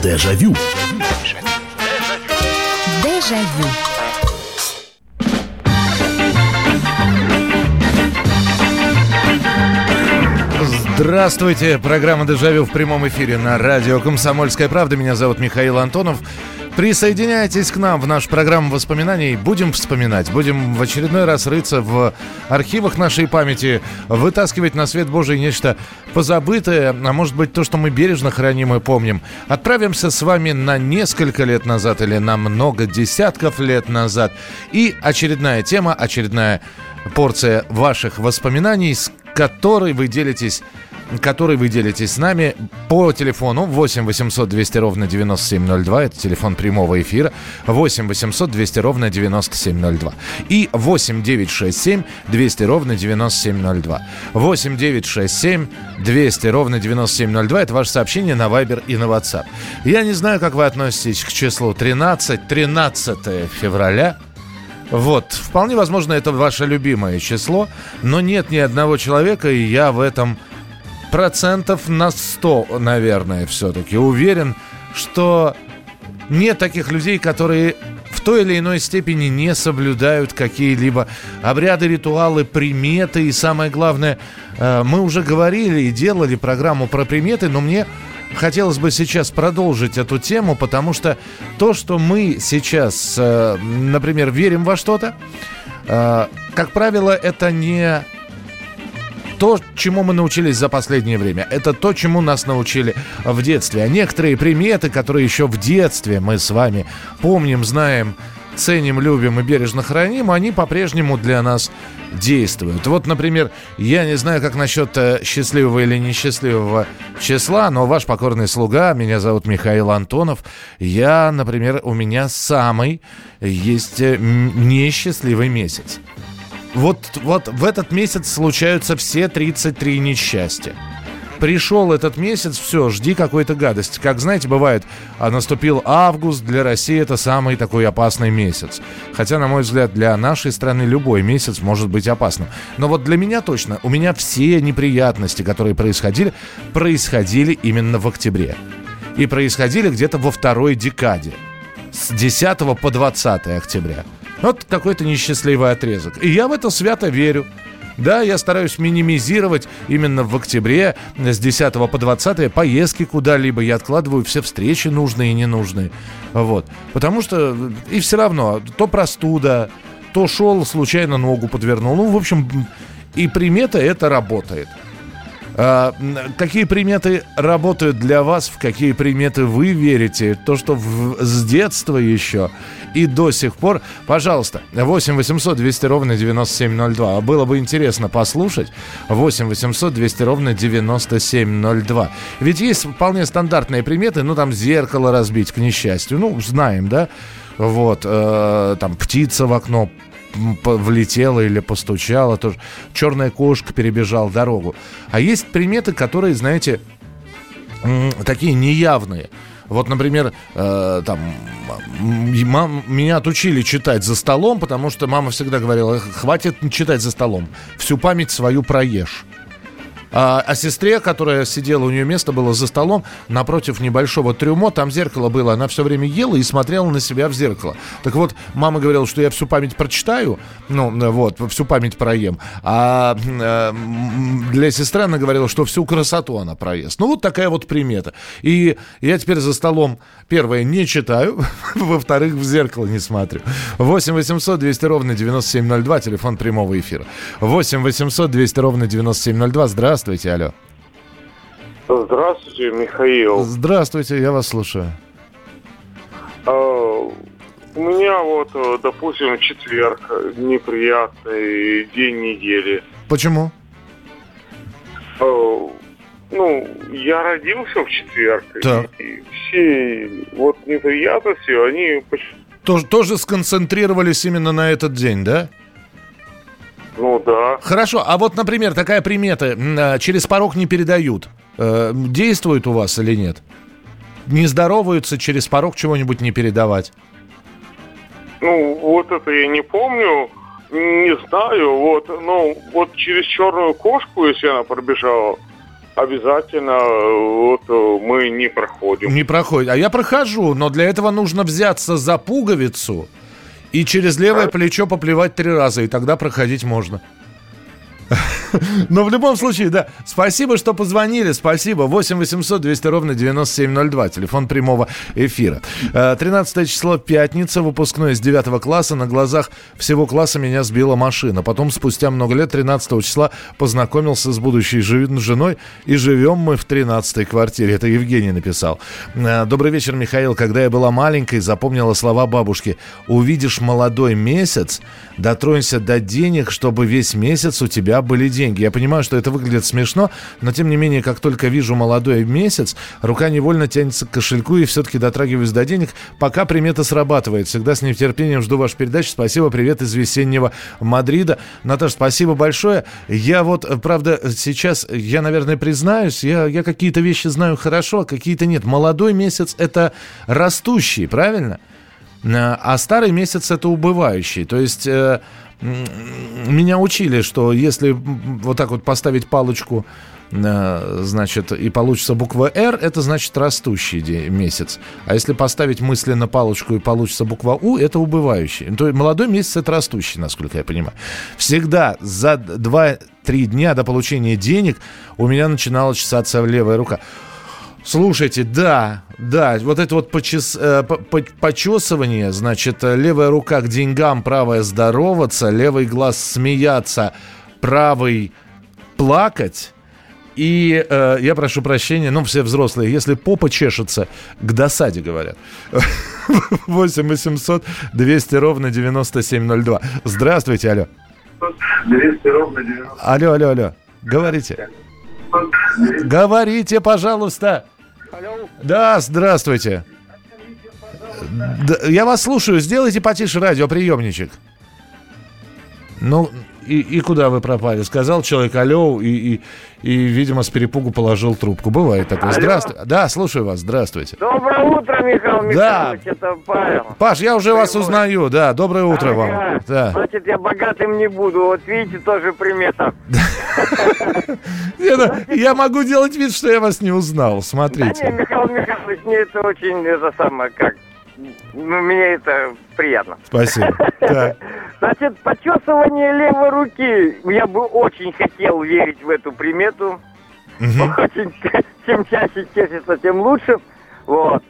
Дежавю. Дежавю. Здравствуйте, программа «Дежавю» в прямом эфире на радио «Комсомольская правда». Меня зовут Михаил Антонов. Присоединяйтесь к нам в нашу программу воспоминаний. Будем вспоминать, будем в очередной раз рыться в архивах нашей памяти, вытаскивать на свет Божий нечто позабытое, а может быть то, что мы бережно храним и помним. Отправимся с вами на несколько лет назад или на много десятков лет назад. И очередная тема, очередная порция ваших воспоминаний, с которой вы делитесь с нами по телефону 8 800 200 ровно 9702. Это телефон прямого эфира. 8 800 200 ровно 9702. И 8 967 200 ровно 9702. 8 967 200 ровно 9702. Это ваше сообщение на Viber и на WhatsApp. Я не знаю, как вы относитесь к числу 13 февраля. Вот, вполне возможно, это ваше любимое число, но нет ни одного человека, и я в этом процентов на 100, наверное, все-таки уверен, что нет таких людей, которые в той или иной степени не соблюдают какие-либо обряды, ритуалы, приметы. И самое главное, мы уже говорили и делали программу про приметы, но мне хотелось бы сейчас продолжить эту тему, потому что то, что мы сейчас, например, верим во что-то, как правило, это не то, чему мы научились за последнее время. Это то, чему нас научили в детстве. А некоторые приметы, которые еще в детстве мы с вами помним, знаем, ценим, любим и бережно храним, они по-прежнему для нас действуют. Вот, например, я не знаю, как насчет счастливого или несчастливого числа, но ваш покорный слуга, меня зовут Михаил Антонов. Я, например, у меня самый есть несчастливый месяц. Вот в этот месяц случаются все 33 несчастья. Пришел этот месяц, все, жди какой-то гадости. Как, знаете, бывает, наступил август, для России это самый такой опасный месяц. Хотя, на мой взгляд, для нашей страны любой месяц может быть опасным. Но вот для меня точно, у меня все неприятности, которые происходили именно в октябре. И происходили где-то во второй декаде. С 10 по 20 октября. Вот какой-то несчастливый отрезок. И я в это свято верю. Да, я стараюсь минимизировать именно в октябре с 10 по 20 поездки куда-либо. Я откладываю все встречи нужные и ненужные. Вот. Потому что и все равно то простуда, то шел, случайно ногу подвернул. Ну, в общем, и примета это работает. Какие приметы работают для вас, в какие приметы вы верите, то, что с детства еще и до сих пор, пожалуйста, 8 800 200 ровно 9702. Было бы интересно послушать. 8 800 200 ровно 9702. Ведь есть вполне стандартные приметы, ну, там, зеркало разбить, к несчастью, ну, знаем, да, вот, там, птица в окно влетела или постучала, тоже черная кошка перебежала дорогу. А есть приметы, которые, знаете, такие неявные. Вот, например, меня отучили читать за столом, потому что мама всегда говорила: хватит читать за столом, всю память свою проешь. А сестре, которая сидела, у нее место было за столом напротив небольшого трюмо, там зеркало было, она все время ела и смотрела на себя в зеркало. Так вот, мама говорила, что я всю память прочитаю, ну вот, всю память проем, а для сестры она говорила, что всю красоту она проест. Ну вот такая вот примета. И я теперь за столом, первое, не читаю, во-вторых, в зеркало не смотрю. 8 800 200 ровно 9702, телефон прямого эфира. 8 800 200 ровно 9702, здравствуйте. Здравствуйте, алло. Здравствуйте, Михаил. Здравствуйте, я вас слушаю. У меня вот, допустим, четверг, неприятный день недели. Почему? Я родился в четверг. Так. И все вот неприятности, они... Тоже сконцентрировались именно на этот день, да? Ну да. Хорошо, а вот, например, такая примета: через порог не передают. Действует у вас или нет? Не здороваются, через порог чего-нибудь не передавать? Ну, вот это я не помню, не знаю. Вот, ну, вот через черную кошку, если она пробежала, Обязательно мы не проходим. Не проходит. А я прохожу, но для этого нужно взяться за пуговицу и через левое плечо поплевать 3 раза, и тогда проходить можно. Но в любом случае, да, спасибо, что позвонили, спасибо. 8 800 200 ровно 9702, телефон прямого эфира. 13 число, пятница, выпускной из 9 класса. На глазах всего класса меня сбила машина. Потом, спустя много лет, 13 числа познакомился с будущей женой, и живем мы в 13-й квартире. Это Евгений написал. Добрый вечер, Михаил. Когда я была маленькой, запомнила слова бабушки: увидишь молодой месяц, дотронься до денег, чтобы весь месяц у тебя были деньги. Я понимаю, что это выглядит смешно, но тем не менее, как только вижу молодой месяц, рука невольно тянется к кошельку, и все-таки дотрагиваюсь до денег, пока примета срабатывает. Всегда с нетерпением жду вашу передачу. Спасибо, привет из весеннего Мадрида. Наташа, спасибо большое. Я правда, сейчас, я, наверное, признаюсь, я какие-то вещи знаю хорошо, а какие-то нет. Молодой месяц — это растущий, правильно? А старый месяц — это убывающий. То есть меня учили, что если вот так вот поставить палочку, значит, и получится буква «Р», это значит растущий месяц. А если поставить мысленно палочку и получится буква «У», это убывающий. То есть молодой месяц — это растущий, насколько я понимаю. Всегда за 2-3 дня до получения денег у меня начинала чесаться левая рука. Слушайте, да, вот это вот почесывание, значит, левая рука к деньгам, правая здороваться, левый глаз смеяться, правый плакать. И я прошу прощения, все взрослые, если попа чешется, к досаде, говорят. 8 800 200 ровно 9702. Здравствуйте, алло. 200 ровно 97. Алло. Говорите. Говорите, пожалуйста. Алло. Да, здравствуйте. Да, я вас слушаю. Сделайте потише радиоприемничек. И куда вы пропали? Сказал человек алло, и, видимо, с перепугу положил трубку. Бывает такое. Алло. Здравствуйте. Да, слушаю вас. Здравствуйте. Доброе утро, Михаил Михайлович, это Павел. Паш, я уже вас узнаю. Да, доброе утро вам. Да. Значит, я богатым не буду. Вот видите, тоже примета. Я могу делать вид, что я вас не узнал. Смотрите. Да не, Михаил Михайлович, мне это очень, мне это приятно. Спасибо. Так. Значит, почесывание левой руки. Я бы очень хотел верить в эту примету. Очень, чем чаще чешется, тем лучше. Вот.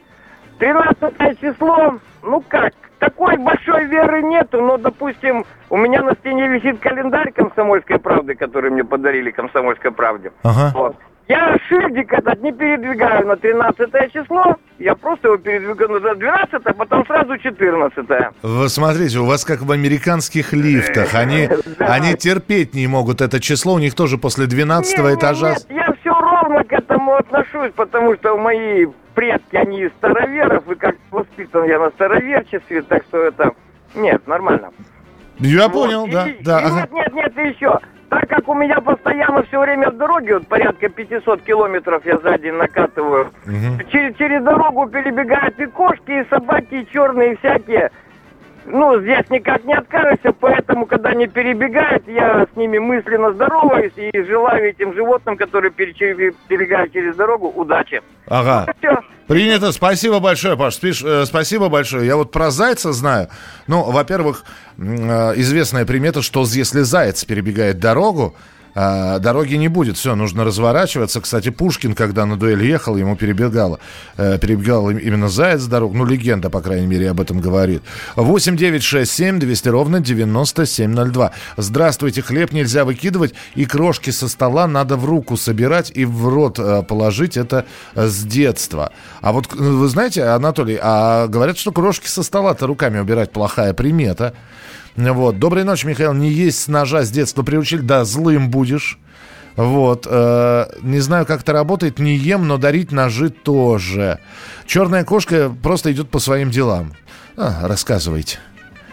13 число, такой большой веры нету, но, допустим, у меня на стене висит календарь «Комсомольской правды», который мне подарили «Комсомольской правде». Ага. Вот. Я шильдик этот не передвигаю на 13 число, я просто его передвигаю на 12, а потом сразу 14. Вы смотрите, у вас как в американских лифтах. Они терпеть не могут это число, у них тоже после 12 этажа... Нет, я все ровно к этому отношусь, потому что мои предки, они из староверов, и как воспитан я на староверчестве, так что это... Нет, нормально. Я понял, да. Нет, и еще... Так как у меня постоянно все время в дороге, порядка 500 километров я за день накатываю, через дорогу перебегают и кошки, и собаки, и черные, и всякие. Здесь никак не откажешься, поэтому, когда они перебегают, я с ними мысленно здороваюсь и желаю этим животным, которые перебегают через дорогу, удачи. Ага. Принято. Спасибо большое, Паш. Спасибо большое. Я вот про зайца знаю. Во-первых, известная примета, что если заяц перебегает дорогу, дороги не будет. Все, нужно разворачиваться. Кстати, Пушкин, когда на дуэль ехал, ему перебегал именно заяц дорогу. Легенда, по крайней мере, об этом говорит. 8 9 6 7 200 ровно 9702. Здравствуйте. Хлеб нельзя выкидывать, и крошки со стола надо в руку собирать и в рот положить. Это с детства. А вот вы знаете, Анатолий, говорят, что крошки со стола-то руками убирать плохая примета. Вот. Доброй ночи, Михаил. Не есть с ножа с детства приучили. Да, злым будешь. Вот. Не знаю, как это работает. Не ем, но дарить ножи тоже. Черная кошка просто идет по своим делам. Рассказывайте.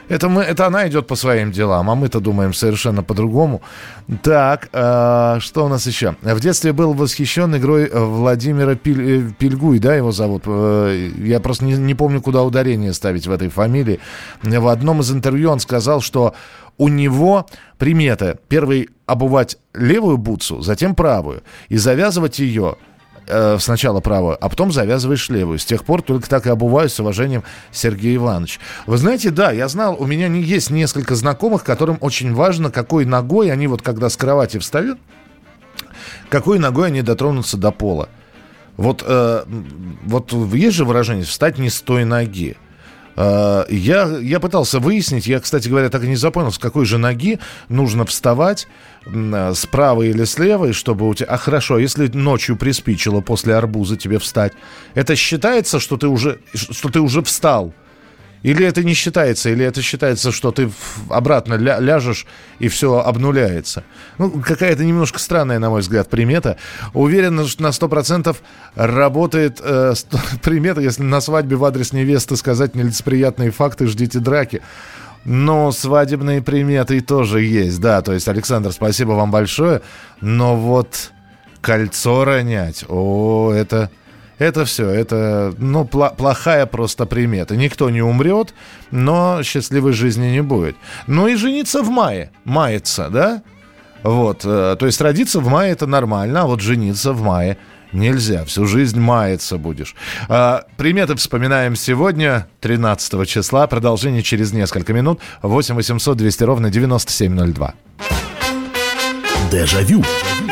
Это она идет по своим делам, а мы-то думаем совершенно по-другому. Так, что у нас еще? В детстве был восхищен игрой Владимира Пильгуй, да, его зовут? Я просто не помню, куда ударение ставить в этой фамилии. В одном из интервью он сказал, что у него примета: первый обувать левую бутсу, затем правую, и завязывать ее сначала правую, а потом завязываешь левую. С тех пор только так и обуваюсь, с уважением, Сергей Иванович. Вы знаете, да, я знал, у меня есть несколько знакомых, которым очень важно, какой ногой они вот когда с кровати встают, какой ногой они дотронутся до пола. Вот есть же выражение «встать не с той ноги». Я пытался выяснить, я, кстати говоря, так и не запомнил, с какой же ноги нужно вставать, с правой или с левой, чтобы у тебя... А хорошо, если ночью приспичило после арбуза тебе встать, это считается, что ты уже встал? Или это не считается, или это считается, что ты обратно ляжешь и все обнуляется. Ну, какая-то немножко странная, на мой взгляд, примета. Уверен, что на 100% работает примета, если на свадьбе в адрес невесты сказать нелицеприятные факты, ждите драки. Но свадебные приметы тоже есть, да. То есть, Александр, спасибо вам большое. Но вот кольцо ронять, это все, это, плохая просто примета. Никто не умрет, но счастливой жизни не будет. Ну и жениться в мае, мается, да? Вот, то есть родиться в мае это нормально, а вот жениться в мае нельзя. Всю жизнь маяться будешь. Приметы вспоминаем сегодня, 13 числа. Продолжение через несколько минут. 8 800 200 ровно 9702. Дежавю.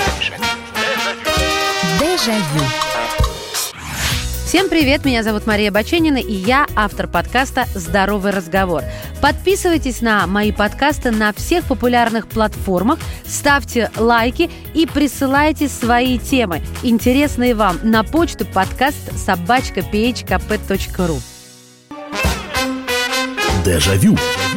Дежавю. Всем привет, меня зовут Мария Баченина, и я автор подкаста «Здоровый разговор». Подписывайтесь на мои подкасты на всех популярных платформах, ставьте лайки и присылайте свои темы, интересные вам, на почту podcast@phkp.ru. Дежавю.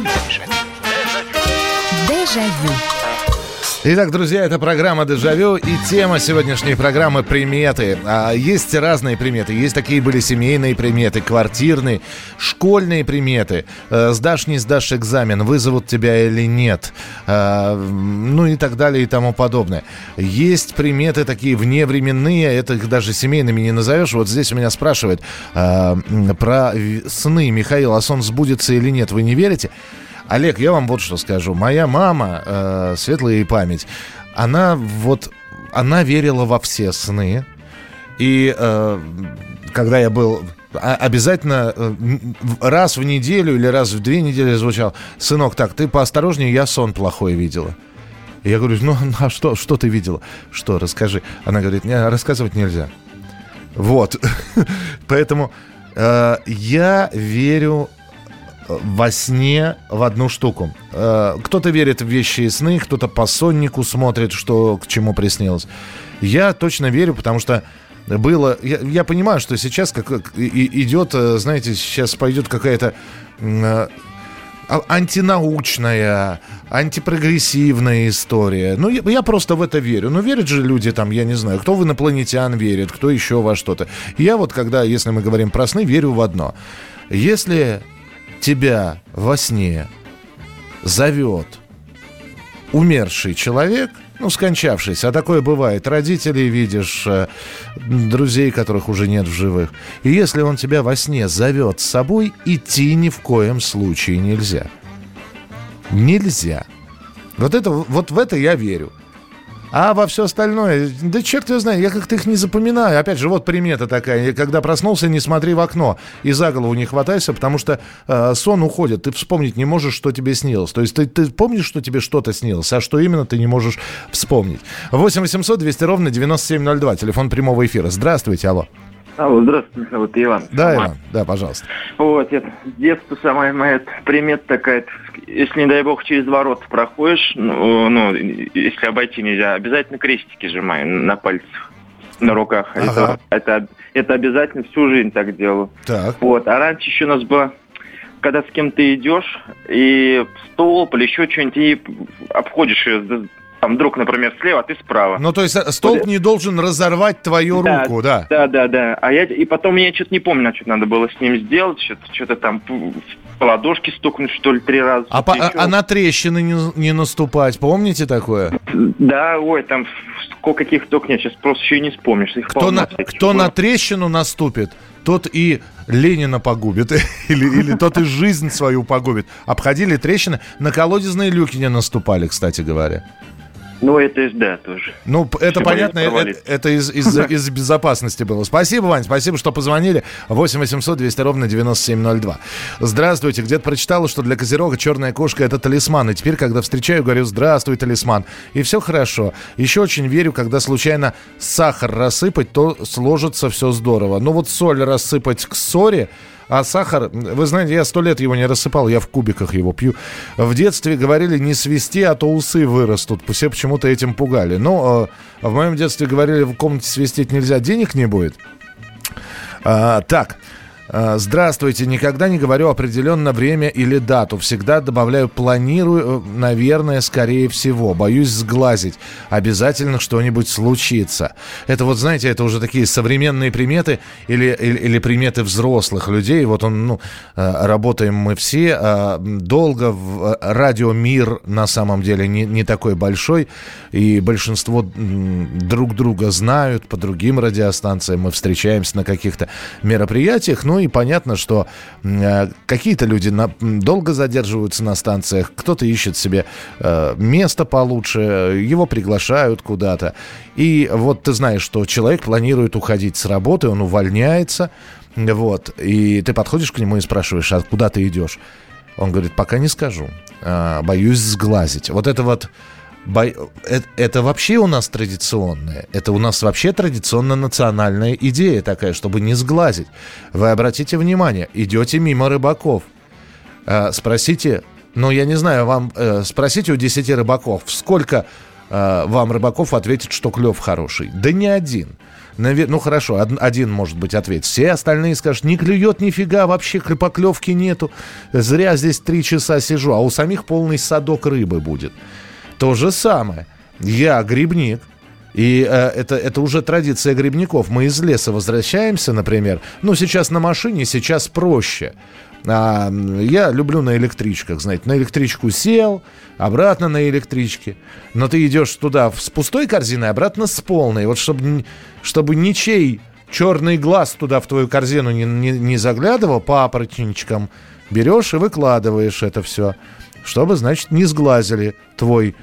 Дежавю. Итак, друзья, это программа «Дежавю», и тема сегодняшней программы — приметы. Есть разные приметы. Есть такие были семейные приметы, квартирные, школьные приметы. Сдашь, не сдашь экзамен, вызовут тебя или нет. Ну и так далее и тому подобное. Есть приметы такие вневременные, это их даже семейными не назовешь. Вот здесь у меня спрашивают про сны. Михаил, а сон сбудется или нет, вы не верите? Олег, я вам вот что скажу. Моя мама, светлая ей память, она верила во все сны. И когда я был... Обязательно раз в неделю или раз в 2 недели звучал: сынок, так, ты поосторожнее, я сон плохой видела. И я говорю, а что ты видела? Что, расскажи. Она говорит, рассказывать нельзя. Вот. Поэтому я верю во сне в одну штуку. Кто-то верит в вещи и сны, кто-то по соннику смотрит, что к чему приснилось. Я точно верю, потому что было... Я понимаю, что сейчас идет, знаете, сейчас пойдет какая-то антинаучная, антипрогрессивная история. Ну, я просто в это верю. Ну, верят же люди там, я не знаю, кто в инопланетян верит, кто еще во что-то. Я вот, если мы говорим про сны, верю в одно. Если тебя во сне зовет умерший человек, скончавшийся, а такое бывает, родителей видишь, друзей, которых уже нет в живых, и если он тебя во сне зовет с собой, идти ни в коем случае нельзя. Нельзя. Вот в это я верю. А во все остальное, да черт его знает, я как-то их не запоминаю. Опять же, вот примета такая: когда проснулся, не смотри в окно и за голову не хватайся, потому что сон уходит, ты вспомнить не можешь, что тебе снилось. То есть ты помнишь, что тебе что-то снилось, а что именно ты не можешь вспомнить. 8 800 200 ровно 9702, телефон прямого эфира. Здравствуйте, алло. Алло, здравствуйте, вот Иван. Да, Иван, да, пожалуйста. Вот, это детство самая моя примета такая: если, не дай бог, через ворот проходишь, если обойти нельзя, обязательно крестики сжимай на пальцах, на руках. Ага. Это обязательно всю жизнь так делаю. Так. Вот, а раньше еще у нас было, когда с кем-то идешь, и столб или еще что-нибудь, и обходишь ее Там друг, например, слева, а ты справа. Ну, то есть столб не должен разорвать твою руку, да? Да. И потом я что-то не помню, что надо было с ним сделать, что-то там по ладошке стукнуть, что ли, 3 раза. А на трещины не наступать, помните такое? Да, там сколько каких только нет, сейчас просто еще и не вспомнишь. Кто на трещину наступит, тот и Ленина погубит, или тот и жизнь свою погубит. Обходили трещины, на колодезные люки не наступали, кстати говоря. Ну, это да, тоже. Ну, это все понятно, это из безопасности было. Спасибо, Вань, спасибо, что позвонили. 8 800 200 ровно 9702. Здравствуйте. Где-то прочитала, что для козерога черная кошка — это талисман. И теперь, когда встречаю, говорю: здравствуй, талисман. И все хорошо. Еще очень верю, когда случайно сахар рассыпать, то сложится все здорово. Но вот соль рассыпать к ссоре, а сахар, вы знаете, я 100 лет его не рассыпал, я в кубиках его пью. В детстве говорили: не свисти, а то усы вырастут. Все почему-то этим пугали. Но в моем детстве говорили: в комнате свистеть нельзя, денег не будет. Так. Здравствуйте. Никогда не говорю определенно время или дату. Всегда добавляю «планирую», наверное, скорее всего. Боюсь сглазить. Обязательно что-нибудь случится. Это вот, знаете, это уже такие современные приметы или приметы взрослых людей. Вот работаем мы все долго. Радио «Мир» на самом деле не такой большой. И большинство друг друга знают по другим радиостанциям. Мы встречаемся на каких-то мероприятиях. Ну и понятно, что какие-то люди долго задерживаются на станциях, кто-то ищет себе место получше, его приглашают куда-то. И вот ты знаешь, что человек планирует уходить с работы, он увольняется, вот, и ты подходишь к нему и спрашиваешь: а куда ты идешь? Он говорит: пока не скажу, боюсь сглазить. Вот это вот... Это вообще у нас традиционное. Это у нас вообще традиционно-национальная идея такая, чтобы не сглазить. Вы обратите внимание, идете мимо рыбаков. Спросите, я не знаю, спросите у 10 рыбаков, сколько вам рыбаков ответит, что клев хороший. Да не один. Ну хорошо, один, может быть, ответит. Все остальные скажут: не клюет нифига, вообще поклевки нету. Зря здесь 3 часа сижу, а у самих полный садок рыбы будет. То же самое. Я грибник, и это уже традиция грибников. Мы из леса возвращаемся, например. Сейчас на машине, сейчас проще. Я люблю на электричках, знаете. На электричку сел, обратно на электричке. Но ты идешь туда с пустой корзиной, обратно с полной. Вот чтобы ничей черный глаз туда в твою корзину не заглядывал, папоротничком берешь и выкладываешь это все. Чтобы, значит, не сглазили твои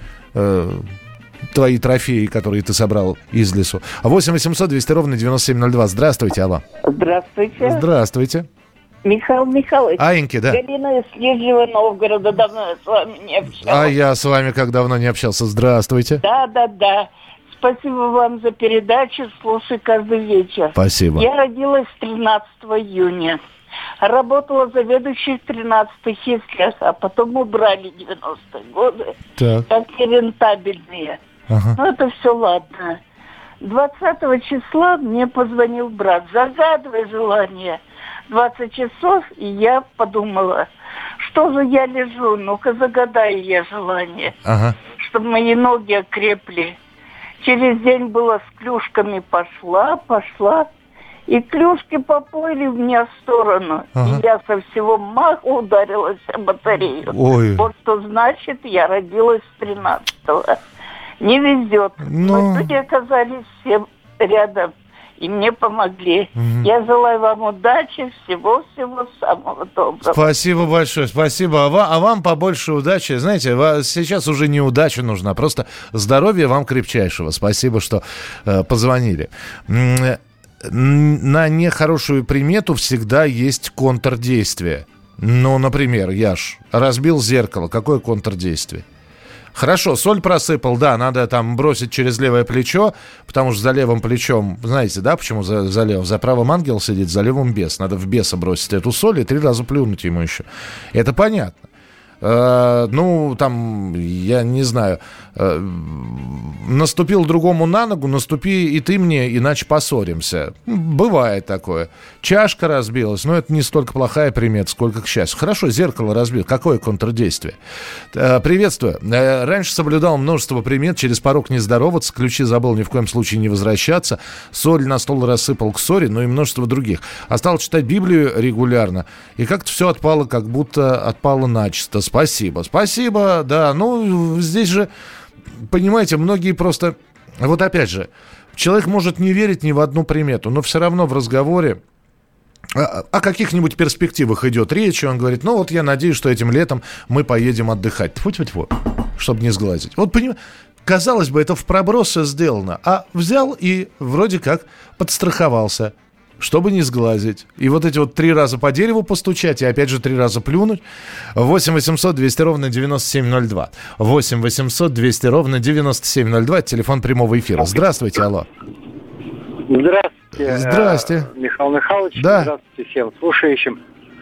трофеи, которые ты собрал из лесу. 8 800 200 ровно 9702. Здравствуйте, алло. Здравствуйте. Здравствуйте. Михаил Михайлович. Аиньки, да. Галина из Нижнего Новгорода. Давно я с вами не общался. А я с вами как давно не общался. Здравствуйте. Да. Спасибо вам за передачу. Слушаю каждый вечер. Спасибо. Я родилась 13 июня. Работала заведующей в 13-х яслях, а потом убрали 90-е годы, как нерентабельные. Ага. Ну, это все ладно. 20 числа мне позвонил брат. Загадывай желание. 20 часов, и я подумала, что же я лежу, ну-ка загадаю я желание, чтобы мои ноги окрепли. Через день было с клюшками пошла. И клюшки поплыли в меня в сторону. И я со всего маха ударилась о батарею. Ой. Вот что значит, я родилась 13-го. Не везет. Но люди оказались все рядом. И мне помогли. Я желаю вам удачи, всего-всего самого доброго. Спасибо большое, спасибо. А вам побольше удачи. Знаете, сейчас уже не удача нужна, просто здоровья вам крепчайшего. Спасибо, что позвонили. На нехорошую примету всегда есть контрдействие. Например, я разбил зеркало. Какое контрдействие? Хорошо, соль просыпал, да, надо там бросить через левое плечо, потому что за левым плечом, знаете, да, почему за левым? За правым ангел сидит, за левым бес. Надо в беса бросить эту соль и 3 раза плюнуть ему еще. Это понятно. ну, там, я не знаю, наступил другому на ногу, наступи и ты мне, иначе поссоримся. Бывает такое. Чашка разбилась, но это не столько плохая примета, сколько к счастью. Хорошо, зеркало разбил. Какое контрдействие? Приветствую. Раньше соблюдал множество примет, через порог не здороваться, ключи забыл, ни в коем случае не возвращаться, соль на стол рассыпал к ссоре, ну и множество других. А стал читать Библию регулярно, и как-то все отпало, как будто отпало начисто. Спасибо, да, ну, здесь же, понимаете, многие просто, вот опять же, человек может не верить ни в одну примету, но все равно в разговоре о каких-нибудь перспективах идет речь, и он говорит, ну, вот я надеюсь, что этим летом мы поедем отдыхать. Тьфу-тьфу-тьфу, чтобы не сглазить. Вот, казалось бы, это в проброс сделано, а взял и вроде как подстраховался, чтобы не сглазить. И вот эти вот 3 раза по дереву постучать, и опять же 3 раза плюнуть. 8 800 200 ровно 9702. 8 800 200 ровно 9702. Телефон прямого эфира. Здравствуйте, алло. Здравствуйте. Здрасте. Михаил Михайлович. Да. Здравствуйте всем слушающим.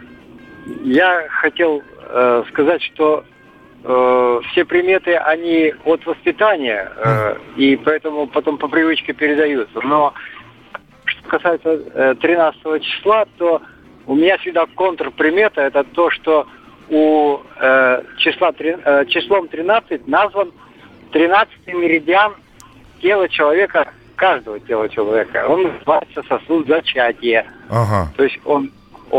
Я хотел сказать, что все приметы, они от воспитания, и поэтому потом по привычке передаются. Но что касается 13 числа, то у меня всегда контрпримета, это то, что у числом 13 назван 13-й меридиан тела человека, каждого тела человека. Он называется сосуд зачатия. Ага. То есть он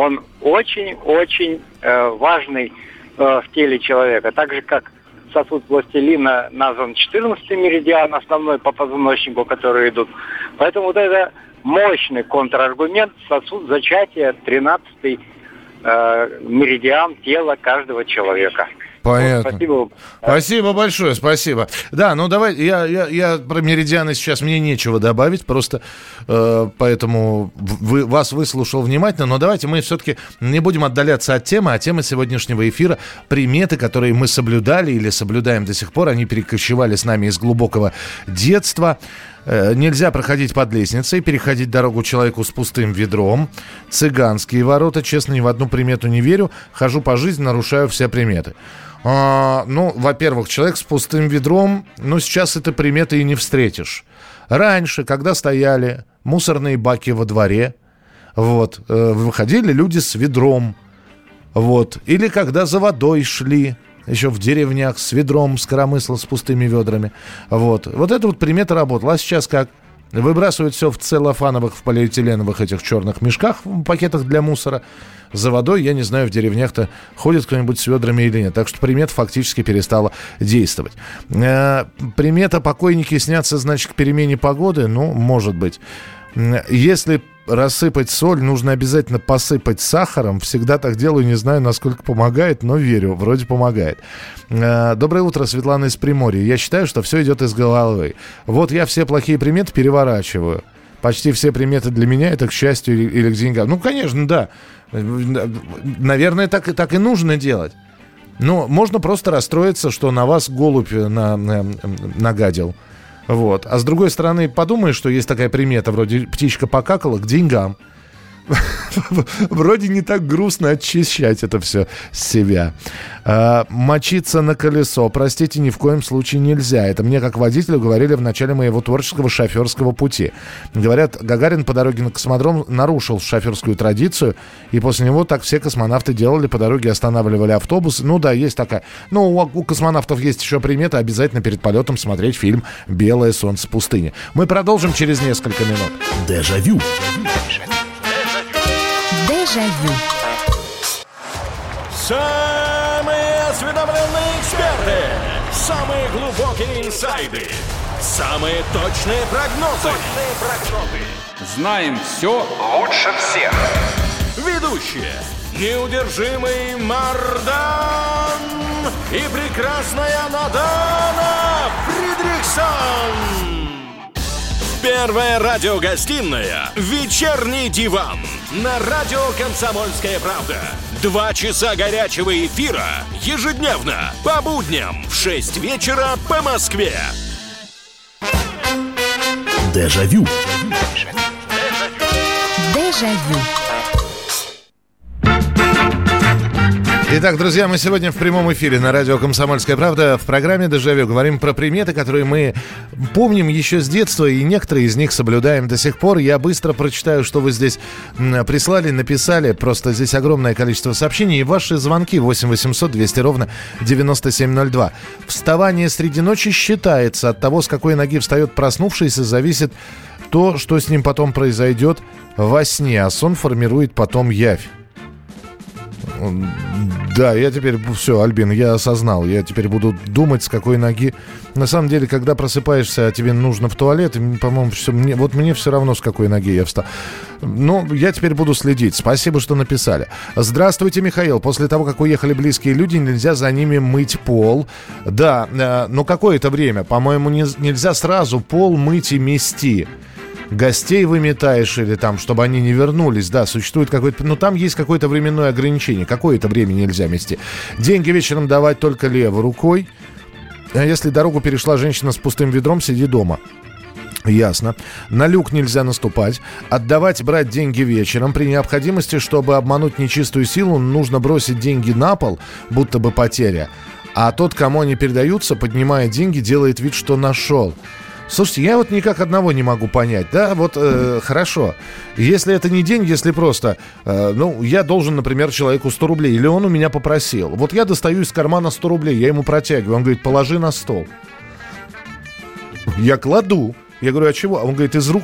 очень-очень важный в теле человека. Так же, как сосуд властелина назван 14-й меридиан, основной по позвоночнику, которые идут. Поэтому вот это мощный контраргумент, сосуд зачатия, 13-й меридиан тела каждого человека. Понятно. Спасибо. Спасибо большое, спасибо. Да, ну давай, я про меридианы сейчас мне нечего добавить, просто поэтому вас выслушал внимательно, но давайте мы все-таки не будем отдаляться от темы, а тема сегодняшнего эфира — приметы, которые мы соблюдали или соблюдаем до сих пор, они перекочевали с нами из глубокого детства. Нельзя проходить под лестницей, переходить дорогу человеку с пустым ведром. Цыганские ворота, честно, ни в одну примету не верю. Хожу по жизни, нарушаю все приметы. Ну, во-первых, человек с пустым ведром, ну, сейчас этой приметы и не встретишь. Раньше, когда стояли мусорные баки во дворе, вот, выходили люди с ведром, вот, или когда за водой шли, еще в деревнях с ведром, с коромысла, с пустыми ведрами. Вот эта вот примета работала. А сейчас как? Выбрасывают все в целлофановых, в полиэтиленовых этих черных мешках, в пакетах для мусора. За водой, я не знаю, в деревнях-то ходит кто-нибудь с ведрами или нет. Так что примета фактически перестала действовать. Примета «покойники снятся, значит, к перемене погоды», ну, может быть. Если рассыпать соль, нужно обязательно посыпать сахаром. Всегда так делаю, не знаю, насколько помогает, но верю, вроде помогает. Доброе утро, Светлана из Приморья. Я считаю, что все идет из головы. Вот я все плохие приметы переворачиваю. Почти все приметы для меня — это к счастью или к деньгам. Ну, конечно, да. Наверное, так и нужно делать. Но можно просто расстроиться, что на вас голубь нагадил. Вот. А с другой стороны, подумаешь, что есть такая примета, вроде птичка покакала, к деньгам. Вроде не так грустно очищать это все с себя. Мочиться на колесо, простите, ни в коем случае нельзя. Это мне, как водителю, говорили в начале моего творческого шоферского пути. Говорят, Гагарин по дороге на космодром нарушил шоферскую традицию, и после него так все космонавты делали, по дороге останавливали автобус. Ну да, есть такая. Ну, у космонавтов есть еще примета: обязательно перед полетом смотреть фильм «Белое солнце пустыни». Мы продолжим через несколько минут. Дежавю. Дежавю. Самые осведомленные эксперты, самые глубокие инсайды, самые точные прогнозы. Знаем все лучше всех. Ведущие: неудержимый Мардан и прекрасная Надана Фридрихсон. Первая радиогостинная «Вечерний диван» на радио «Комсомольская правда». 2 часа горячего эфира ежедневно по будням в 6 вечера по Москве. Дежавю. Дежавю. Итак, друзья, мы сегодня в прямом эфире на радио «Комсомольская правда» в программе «Дежавю» говорим про приметы, которые мы помним еще с детства, и некоторые из них соблюдаем до сих пор. Я быстро прочитаю, что вы здесь прислали, написали. Просто здесь огромное количество сообщений. И ваши звонки 8 800 200 ровно 9702. Вставание среди ночи считается. От того, с какой ноги встает проснувшийся, зависит то, что с ним потом произойдет во сне. А сон формирует потом явь. Да, я теперь... Все, Альбин, я осознал. Я теперь буду думать, с какой ноги. На самом деле, когда просыпаешься, а тебе нужно в туалет, по-моему, все, мне все равно, с какой ноги я встал. Ну, я теперь буду следить. Спасибо, что написали. Здравствуйте, Михаил. После того, как уехали близкие люди, нельзя за ними мыть пол. Да, но какое-то время. По-моему, нельзя сразу пол мыть и мести. Гостей выметаешь или там, чтобы они не вернулись. Да, существует какой-то... Ну, там есть какое-то временное ограничение. Какое-то время нельзя мести. Деньги вечером давать только левой рукой. А если дорогу перешла женщина с пустым ведром, сиди дома. Ясно. На люк нельзя наступать. Отдавать, брать деньги вечером. При необходимости, чтобы обмануть нечистую силу, нужно бросить деньги на пол, будто бы потеря. А тот, кому они передаются, поднимая деньги, делает вид, что нашел. Слушайте, я вот никак одного не могу понять, да, вот хорошо, если это не деньги, если просто, я должен, например, человеку 100 рублей, или он у меня попросил, вот я достаю из кармана 100 рублей, я ему протягиваю, он говорит, положи на стол. Я кладу, я говорю, а чего? Он говорит, из рук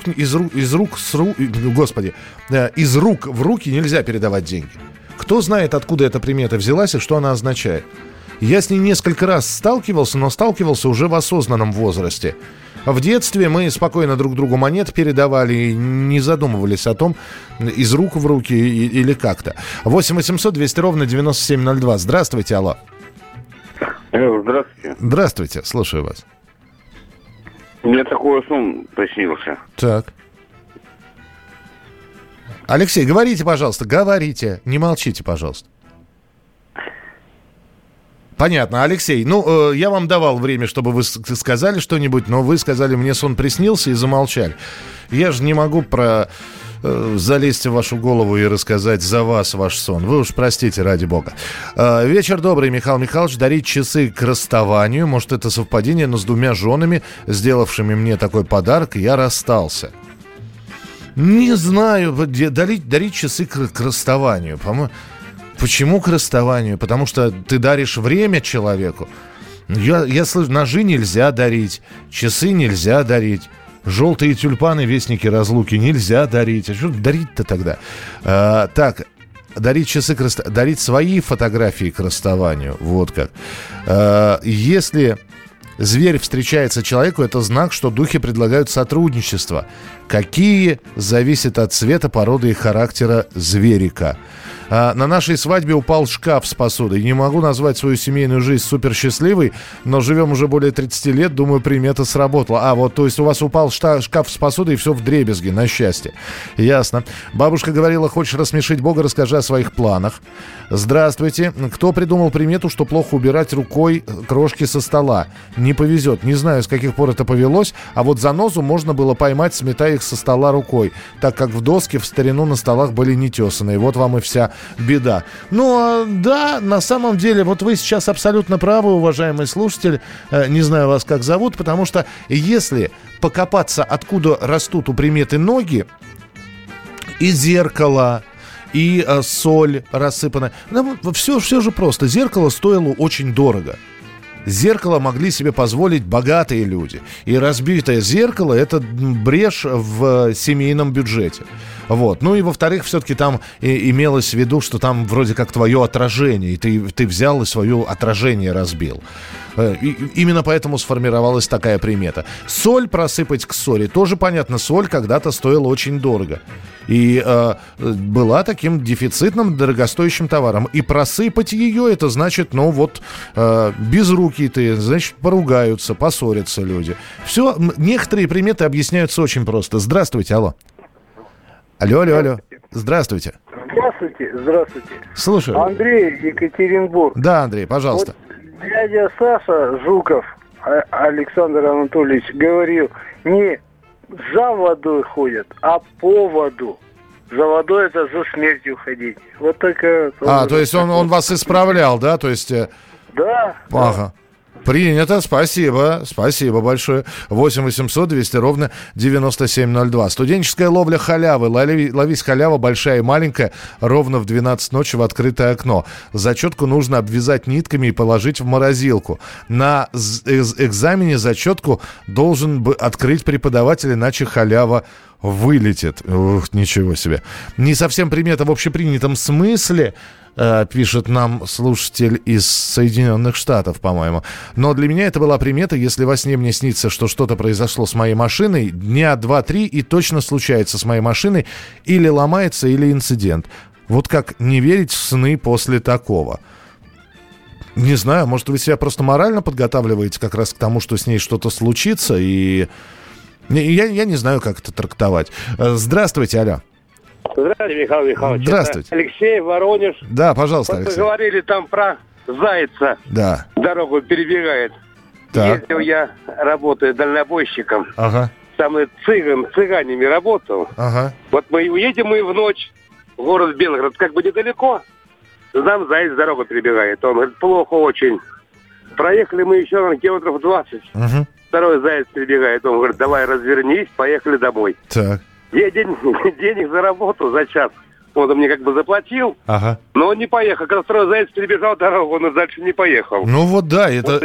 в руки нельзя передавать деньги. Кто знает, откуда эта примета взялась и что она означает? Я с ней несколько раз сталкивался, но сталкивался уже в осознанном возрасте. В детстве мы спокойно друг другу монет передавали и не задумывались о том, из рук в руки или как-то. 8 800 200 ровно 9702. Здравствуйте, алло. Здравствуйте. Здравствуйте, слушаю вас. Мне такой сон приснился. Так. Алексей, говорите, пожалуйста, говорите. Не молчите, пожалуйста. Понятно, Алексей. Я вам давал время, чтобы вы сказали что-нибудь, но вы сказали, мне сон приснился и замолчали. Я же не могу залезть в вашу голову и рассказать за вас ваш сон. Вы уж простите, ради бога. Вечер добрый, Михаил Михайлович. Дарить часы к расставанию. Может, это совпадение, но с 2 женами, сделавшими мне такой подарок, я расстался. Не знаю, дарить часы к расставанию, по-моему... Почему к расставанию? Потому что ты даришь время человеку. Я слышу, ножи нельзя дарить, часы нельзя дарить, желтые тюльпаны, вестники разлуки нельзя дарить. А что дарить-то тогда? Так, дарить часы дарить свои фотографии к расставанию. Вот как. Если зверь встречается человеку, это знак, что духи предлагают сотрудничество. Какие зависит от цвета, породы и характера зверика. На нашей свадьбе упал шкаф с посудой. Не могу назвать свою семейную жизнь суперсчастливой, но живем уже более 30 лет, думаю, примета сработала. То есть у вас упал шкаф с посудой и все вдребезги, на счастье. Ясно. Бабушка говорила, хочешь рассмешить Бога, расскажи о своих планах. Здравствуйте. Кто придумал примету, что плохо убирать рукой крошки со стола? Не повезет. Не знаю, с каких пор это повелось, а вот занозу можно было поймать, сметая их со стола рукой, так как в доски в старину на столах были нетесанные. Вот вам и вся беда. Да, на самом деле, вот вы сейчас абсолютно правы, уважаемый слушатель. Не знаю вас как зовут, потому что если покопаться, откуда растут у приметы ноги, и зеркало, и соль рассыпана, все же просто. Зеркало стоило очень дорого. Зеркало могли себе позволить богатые люди. И разбитое зеркало – это брешь в семейном бюджете. Вот. И во-вторых, все-таки там имелось в виду, что там вроде как твое отражение. И ты взял и свое отражение разбил. И именно поэтому сформировалась такая примета. Соль просыпать к соли. Тоже понятно, соль когда-то стоила очень дорого. И была таким дефицитным, дорогостоящим товаром. И просыпать ее, это значит, безрукий ты, значит, поругаются, поссорятся люди. Все, некоторые приметы объясняются очень просто. Здравствуйте, алло. Алло. Здравствуйте. Здравствуйте. Слушаю. Андрей, Екатеринбург. Да, Андрей, пожалуйста. Вот дядя Саша Жуков, Александр Анатольевич, говорил, не за водой ходят, а по воду. за водой это за смертью ходить. Вот такая... То есть он вас исправлял, да? То есть... Да. Ага. Принято, спасибо большое. 8 800 200 ровно 9702. Студенческая ловля халявы. Ловись халява, большая и маленькая, ровно в 12 ночи в открытое окно. Зачетку нужно обвязать нитками и положить в морозилку. На экзамене зачетку должен открыть преподаватель, иначе халява вылетит. Ух, ничего себе. Не совсем примета в общепринятом смысле, пишет нам слушатель из Соединенных Штатов, по-моему. Но для меня это была примета, если во сне мне снится, что что-то произошло с моей машиной, дня 2-3 и точно случается с моей машиной, или ломается, или инцидент. Вот как не верить в сны после такого? Не знаю, может, вы себя просто морально подготавливаете как раз к тому, что с ней что-то случится, и... Я не знаю, как это трактовать. Здравствуйте, алло. Здравствуйте, Михаил Михайлович. Здравствуйте. Это Алексей, Воронеж. Да, пожалуйста, вот Алексей. Вы говорили там про зайца. Да. Дорогу перебегает. Так. Ездил я, работаю дальнобойщиком. Ага. Там цыганами работал. Ага. Вот мы уедем в ночь в город Белгород, как бы недалеко. Нам заяц дорогу перебегает. Он говорит, плохо очень. Проехали мы еще на километров 20. Угу. Второй заяц перебегает. Он говорит, давай развернись, поехали домой. Так. Я денег заработал за час. Он мне как бы заплатил, ага. Но он не поехал. Когда второй заяц перебежал дорогу, он дальше не поехал. Ну вот да, это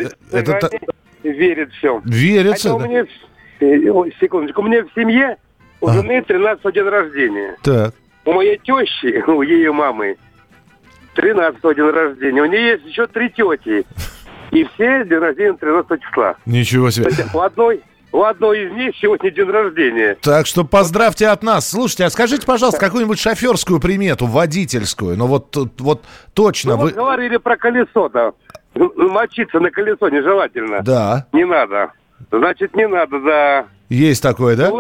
верит все. Верится. У меня, секундочку, у меня в семье у жены 13-й день рождения. Так. У моей тещи, у ее мамы, 13-й день рождения. У нее есть еще 3 тети. И все день рождения 13 числа. Ничего себе. У одной из них сегодня день рождения. Так что поздравьте от нас. Слушайте, а скажите, пожалуйста, какую-нибудь шоферскую примету, водительскую? Ну вот точно. Ну, вы говорили про колесо-то. Мочиться на колесо нежелательно. Да. Не надо. Значит, не надо, да. Есть такое, да?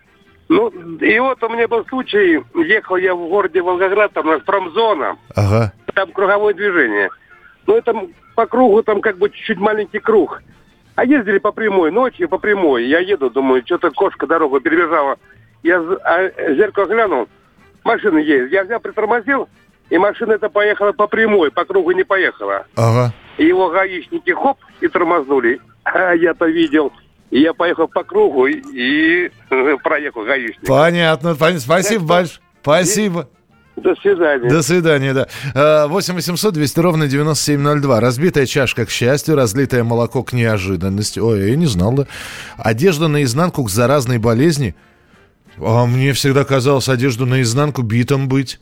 И вот у меня был случай. Ехал я в городе Волгоград, там у нас промзона. Ага. Там круговое движение. Ну, это по кругу, там как бы чуть-чуть маленький круг. А ездили по прямой, ночью по прямой. Я еду, думаю, что-то кошка дорогу перебежала. Я в зеркало глянул, машина едет. Я взял, притормозил, и машина эта поехала по прямой, по кругу не поехала. Ага. И его гаишники, хоп, и тормознули. А я-то видел. И я поехал по кругу и проехал гаишник. Понятно. Спасибо большое. Спасибо. До свидания. До свидания, да. 8 800 200 ровно 9702. Разбитая чашка к счастью, разлитое молоко к неожиданности. Ой, я не знал, да. Одежда наизнанку к заразной болезни. А мне всегда казалось, одежду наизнанку битым быть.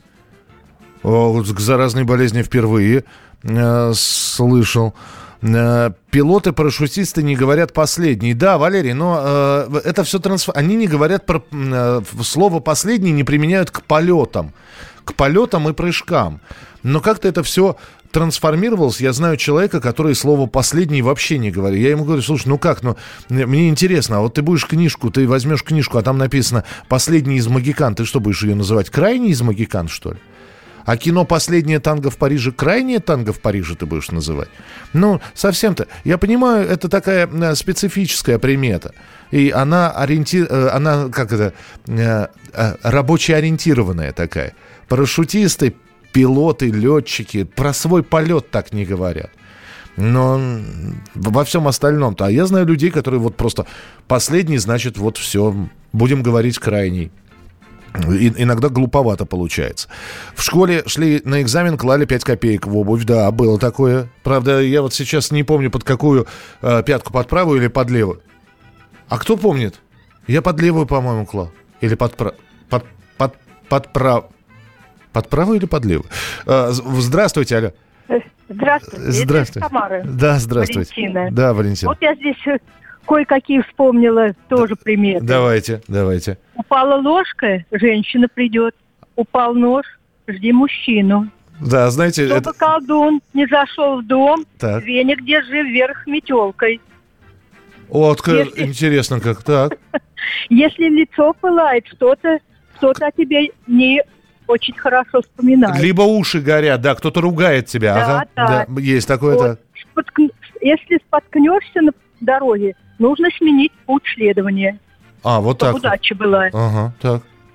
К заразной болезни впервые слышал. Пилоты-парашютисты не говорят последний. Да, Валерий, но это все они не говорят про слово последний, не применяют к полетам и прыжкам. Но как-то это все трансформировалось. Я знаю человека, который слово «последний» вообще не говорит. Я ему говорю, слушай, мне интересно, а вот ты возьмешь книжку, а там написано «Последний из Могикан», ты что, будешь ее называть «Крайний из Могикан», что ли? А кино «Последнее танго в Париже» «Крайнее танго в Париже» ты будешь называть? Ну, совсем-то. Я понимаю, это такая специфическая примета. И она рабоче ориентированная такая. Парашютисты, пилоты, летчики про свой полет так не говорят. Но во всем остальном-то. А я знаю людей, которые вот просто последний, значит, вот все, будем говорить крайний. Иногда глуповато получается. В школе шли на экзамен, клали 5 копеек в обувь. Да, было такое. Правда, я вот сейчас не помню, под какую пятку, под правую или под левую. А кто помнит? Я под левую, по-моему, клал. Или под правую или под левую? Здравствуйте, алло. Здравствуйте. Здравствуйте. Тамара. Да, здравствуйте. Валентина. Да, Валентина. Вот я здесь кое-какие вспомнила тоже приметы. Давайте. Упала ложка, женщина придет. Упал нож, жди мужчину. Да, знаете... Чтобы колдун не зашел в дом, так. веник держи вверх метелкой. Вот, интересно как. Так. Если лицо пылает, кто-то о тебе не очень хорошо вспоминает. Либо уши горят, да, кто-то ругает тебя. Да, ага. Да, есть такое, вот. так. Если споткнешься на дороге, нужно сменить путь следования. Вот так. Удача была. Ага, так.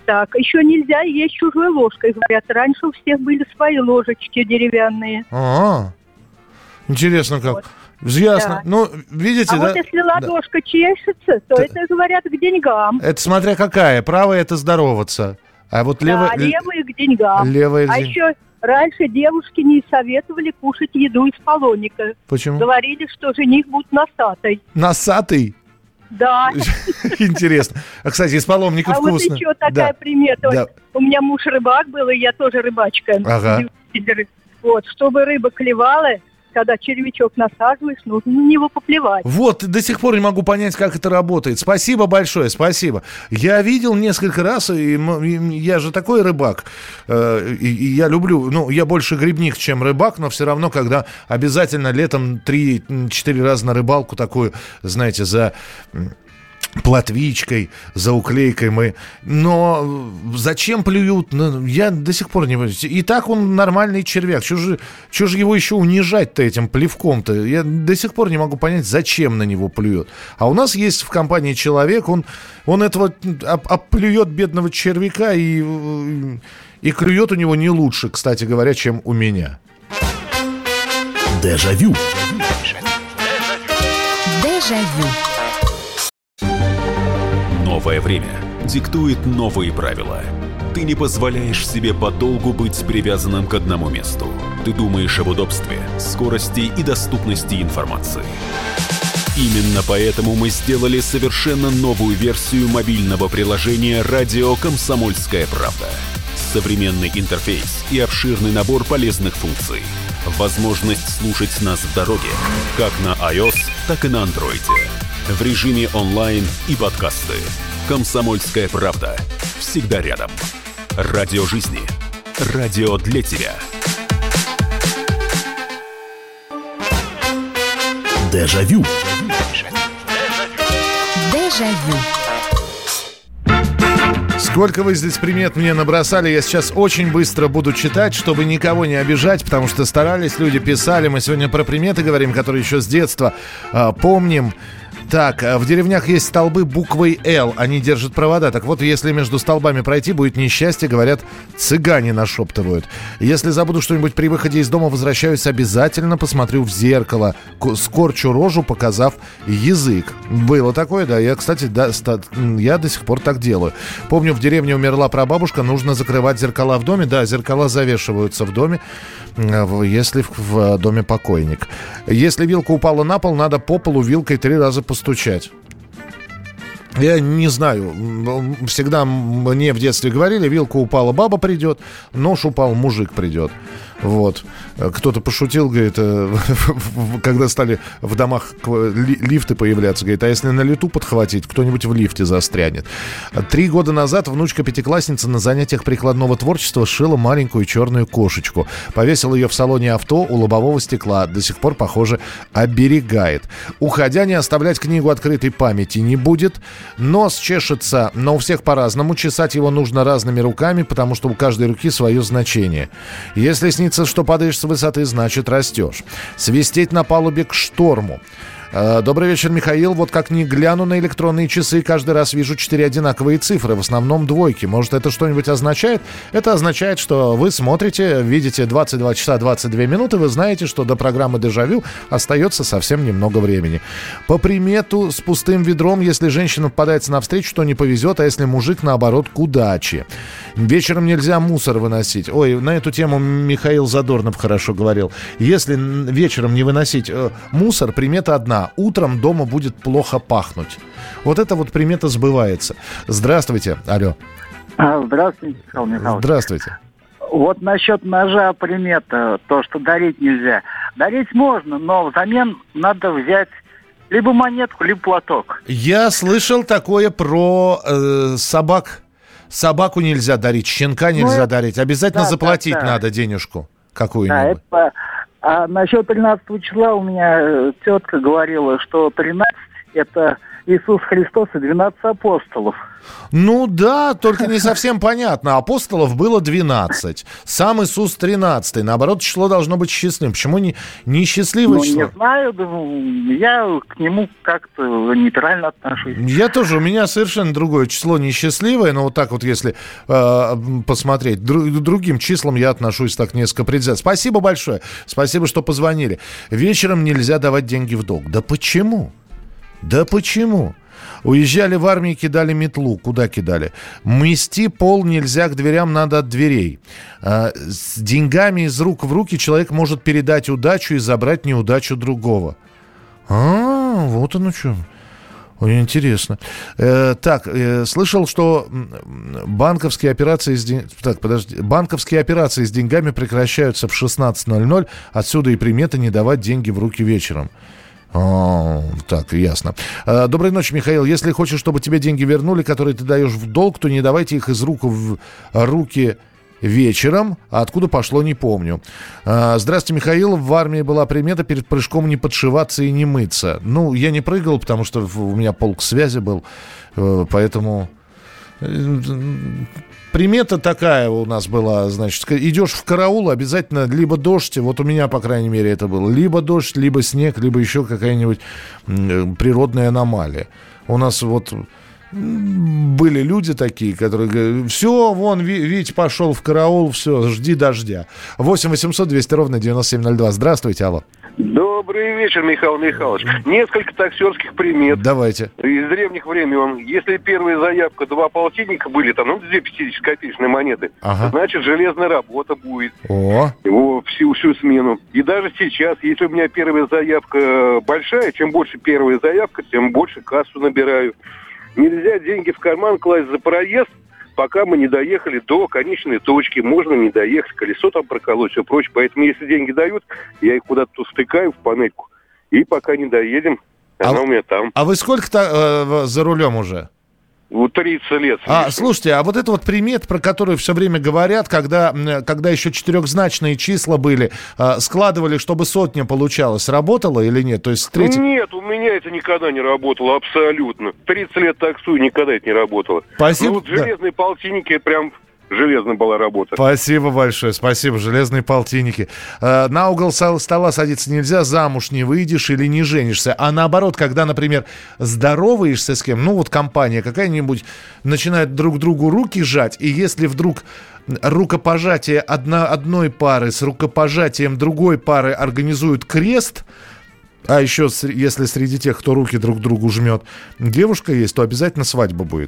Так, еще нельзя есть чужой ложкой, говорят. Раньше у всех были свои ложечки деревянные. Интересно как. Вот. Ясно. Да. Ну, видите, вот если ладошка чешется, то это, говорят, к деньгам. Это смотря какая. Правая — это здороваться. А вот левая... левая к деньгам. Левая а еще раньше девушки не советовали кушать еду из полоника. Почему? Говорили, что жених будет носатый. Носатый? Да. Интересно. А, кстати, из паломника вкусно. А вот еще такая примета. Да. У меня муж рыбак был, и я тоже рыбачка. Ага. Вот, чтобы рыба клевала, когда червячок насаживаешь, нужно на него поплевать. Вот, до сих пор не могу понять, как это работает. Спасибо большое, спасибо. Я видел несколько раз, и я же такой рыбак, и я люблю, ну, я больше грибник, чем рыбак, но все равно, когда обязательно летом 3-4 раза на рыбалку такую, знаете, за... плотвичкой, за уклейкой мы. Но зачем плюют? Я до сих пор не понимаю. И так он нормальный червяк. Чего же его еще унижать-то этим плевком-то? Я до сих пор не могу понять, зачем на него плюют. А у нас есть в компании человек, он этого оплюет бедного червяка и клюет у него не лучше, кстати говоря, чем у меня. Дежавю. Дежавю. Новое время диктует новые правила. Ты не позволяешь себе подолгу быть привязанным к одному месту. Ты думаешь об удобстве, скорости и доступности информации. Именно поэтому мы сделали совершенно новую версию мобильного приложения «Радио Комсомольская правда». Современный интерфейс и обширный набор полезных функций. Возможность слушать нас в дороге, как на iOS, так и на Android. В режиме онлайн и подкасты. «Комсомольская правда». Всегда рядом. Радио жизни. Радио для тебя. Дежавю. Дежавю. Сколько вы здесь примет мне набросали, я сейчас очень быстро буду читать, чтобы никого не обижать, потому что старались, люди писали. Мы сегодня про приметы говорим, которые еще с детства помним. Так, в деревнях есть столбы буквой «Л», они держат провода. Так вот, если между столбами пройти, будет несчастье, говорят, цыгане нашептывают. Если забуду что-нибудь при выходе из дома, возвращаюсь, обязательно посмотрю в зеркало, скорчу рожу, показав язык. Было такое, да, я, кстати, я до сих пор так делаю. Помню, в деревне умерла прабабушка, нужно закрывать зеркала в доме. Да, зеркала завешиваются в доме, если в доме покойник. Если вилка упала на пол, надо по полу вилкой 3 раза постучать. Я не знаю, всегда мне в детстве говорили, вилка упала, баба придет, нож упал, мужик придет. Вот. Кто-то пошутил, говорит, когда стали в домах лифты появляться, говорит, а если на лету подхватить, кто-нибудь в лифте застрянет. 3 года назад внучка-пятиклассница на занятиях прикладного творчества сшила маленькую черную кошечку. Повесила ее в салоне авто у лобового стекла. До сих пор, похоже, оберегает. Уходя, не оставлять книгу открытой памяти не будет. Нос чешется, но у всех по-разному. Чесать его нужно разными руками, потому что у каждой руки свое значение. Если снится, что падаешь с высоты, значит растешь. Свистеть на палубе к шторму. Добрый вечер, Михаил. Вот как ни гляну на электронные часы, каждый раз вижу 4 одинаковые цифры, в основном двойки. Может, это что-нибудь означает? Это означает, что вы смотрите, видите 22 часа 22 минуты, вы знаете, что до программы «Дежавю» остается совсем немного времени. По примету с пустым ведром, если женщина попадается навстречу, то не повезет, а если мужик, наоборот, к удаче. Вечером нельзя мусор выносить. Ой, на эту тему Михаил Задорнов хорошо говорил. Если вечером не выносить мусор, примета одна. Утром дома будет плохо пахнуть. Вот эта вот примета сбывается. Здравствуйте. Алло. Здравствуйте, Михаил Михайлович. Здравствуйте. Вот насчет ножа примета, то, что дарить нельзя. Дарить можно, но взамен надо взять либо монетку, либо платок. Я слышал такое про собак. Собаку нельзя дарить, щенка нельзя дарить. Обязательно заплатить надо денежку какую-нибудь. Да, А насчет 13 числа у меня тетка говорила, что 13 это Иисус Христос и 12 апостолов. Ну да, только не совсем понятно. Апостолов было 12. Сам Иисус 13. Наоборот, число должно быть счастливым. Почему не счастливое число? Не знаю, я к нему как-то нейтрально отношусь. Я тоже, у меня совершенно другое число несчастливое, но вот так вот, если посмотреть, к другим числам я отношусь так несколько предвзято. Спасибо большое. Спасибо, что позвонили. Вечером нельзя давать деньги в долг. Да почему? Да почему? Уезжали в армию, кидали метлу. Куда кидали? Мести пол нельзя, к дверям надо от дверей. С деньгами из рук в руки человек может передать удачу и забрать неудачу другого. Вот оно что. Ой, интересно. Слышал, что банковские операции с деньгами прекращаются в 16:00. Отсюда и примета не давать деньги в руки вечером. Так, ясно. Доброй ночи, Михаил. Если хочешь, чтобы тебе деньги вернули, которые ты даешь в долг, то не давайте их из рук в руки вечером. А откуда пошло, не помню. Здравствуйте, Михаил. В армии была примета перед прыжком не подшиваться и не мыться. Ну, я не прыгал, потому что у меня полк связи был. Поэтому... Примета такая у нас была, значит, идешь в караул, обязательно либо дождь, вот у меня, по крайней мере, это было, либо дождь, либо снег, либо еще какая-нибудь природная аномалия. У нас вот были люди такие, которые говорят, все, вон, Витя пошел в караул, все, жди дождя. 8 800 200 ровно 9702. Здравствуйте, алло. Добрый вечер, Михаил Михайлович. Несколько таксерских примет. Давайте. Из древних времен. Если первая заявка 2 полтинника были, там, 2 50-копеечные монеты, значит, железная работа будет. Всю смену. И даже сейчас, если у меня первая заявка большая, чем больше первая заявка, тем больше кассу набираю. Нельзя деньги в карман класть за проезд, пока мы не доехали до конечной точки. Можно не доехать, колесо там проколоть, все прочее. Поэтому, если деньги дают, я их куда-то втыкаю в панельку. И пока не доедем, она у меня там. А вы сколько-то за рулем уже? 30 лет. Слушайте, а вот это вот примет, про которую все время говорят, когда еще 4-значные числа были, складывали, чтобы сотня получалась, работало или нет? То есть Нет, у меня это никогда не работало, абсолютно. 30 лет таксую, никогда это не работало. Спасибо. Железные полтинники, прям железная была работа. Спасибо большое, спасибо, железные полтинники. На угол стола садиться нельзя, замуж не выйдешь или не женишься. А наоборот, когда, например, здороваешься с кем, компания какая-нибудь начинает друг другу руки жать, и если вдруг рукопожатие одной пары с рукопожатием другой пары организуют крест, а еще, если среди тех, кто руки друг другу жмет, девушка есть, то обязательно свадьба будет.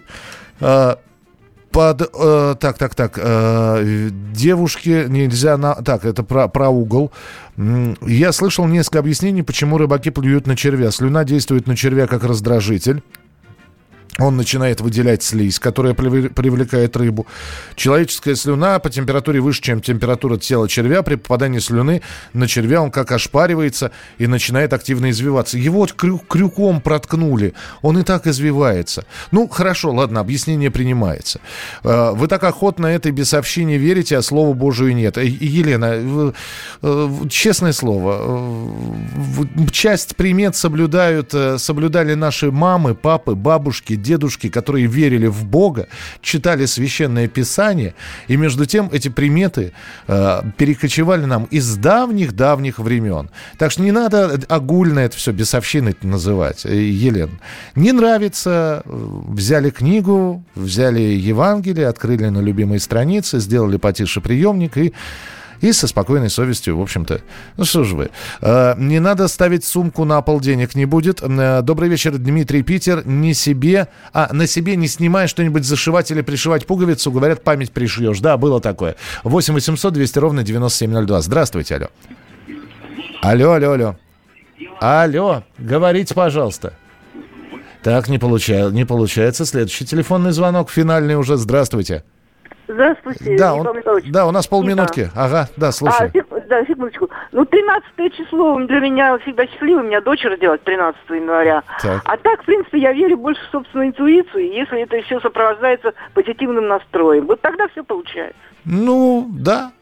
Девушке нельзя... это про угол. Я слышал несколько объяснений, почему рыбаки плюют на червя. Слюна действует на червя как раздражитель. Он начинает выделять слизь, которая привлекает рыбу. Человеческая слюна по температуре выше, чем температура тела червя. При попадании слюны на червя он как ошпаривается и начинает активно извиваться. Его крюком проткнули. Он и так извивается. Хорошо, ладно, объяснение принимается. Вы так охотно этой бесовщине верите, а Слову Божию нет. Елена, честное слово, часть примет соблюдали наши мамы, папы, бабушки, дедушки, которые верили в Бога, читали Священное Писание, и между тем эти приметы перекочевали нам из давних-давних времен. Так что не надо огульно это все бесовщиной называть, Елена. Не нравится, взяли книгу, взяли Евангелие, открыли на любимые страницы, сделали потише приемник и со спокойной совестью, в общем-то, что же вы. Не надо ставить сумку на пол, денег не будет. Добрый вечер, Дмитрий, Питер. На себе не снимая что-нибудь зашивать или пришивать пуговицу, говорят, память пришьешь. Да, было такое. 8 800 200 ровно 9702. Здравствуйте, алло. Алло, говорите, пожалуйста. Так, не получается. Следующий телефонный звонок, финальный уже. Здравствуйте. Здравствуйте, у нас полминутки. Ага, слушаю. Секундочку. 13 число для меня всегда счастливо. У меня дочь родилась 13 января. Так. А так, в принципе, я верю больше в собственную интуицию, если это все сопровождается позитивным настроем. Вот тогда все получается.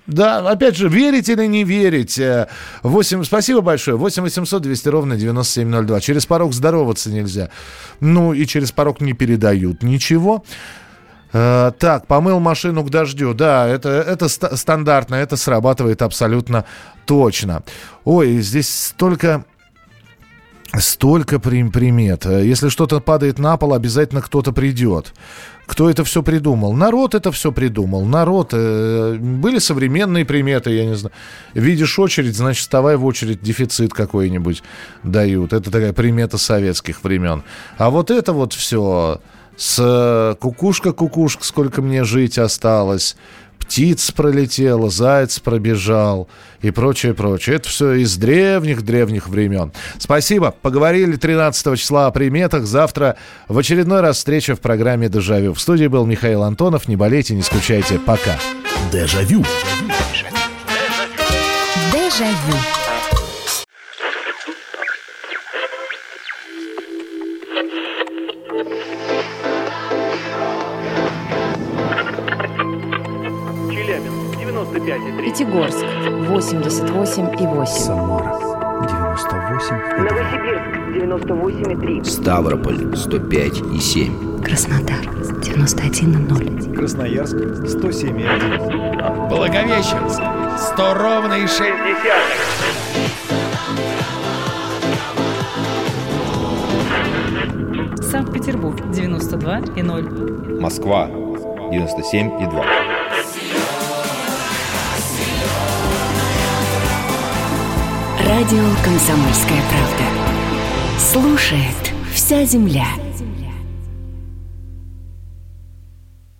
Да, опять же, верить или не верить. Спасибо большое. 8 800 200 ровно 9702. Через порог здороваться нельзя. Ну, и через порог не передают ничего. Так, помыл машину к дождю. Да, это стандартно, это срабатывает абсолютно точно. Ой, здесь столько примет. Если что-то падает на пол, обязательно кто-то придет. Кто это все придумал? Народ это все придумал. Народ. Были современные приметы, я не знаю. Видишь очередь, значит, вставай в очередь, дефицит какой-нибудь дают. Это такая примета советских времен. А вот это вот все с кукушка, сколько мне жить осталось, птиц пролетела, заяц пробежал и прочее. Это все из древних времен. Спасибо. Поговорили 13 числа о приметах. Завтра в очередной раз встреча в программе «Дежавю». В студии был Михаил Антонов. Не болейте, не скучайте. Пока. Дежавю. Дежавю. Пятигорск 88,8. Самара 98,2. Новосибирск 98,3. Ставрополь 105,7. Краснодар 91,0. Красноярск 107,1. Благовещенск 100 ровно и 6. Санкт-Петербург 92,0. Москва 97,2. Радио «Комсомольская правда». Слушает вся земля.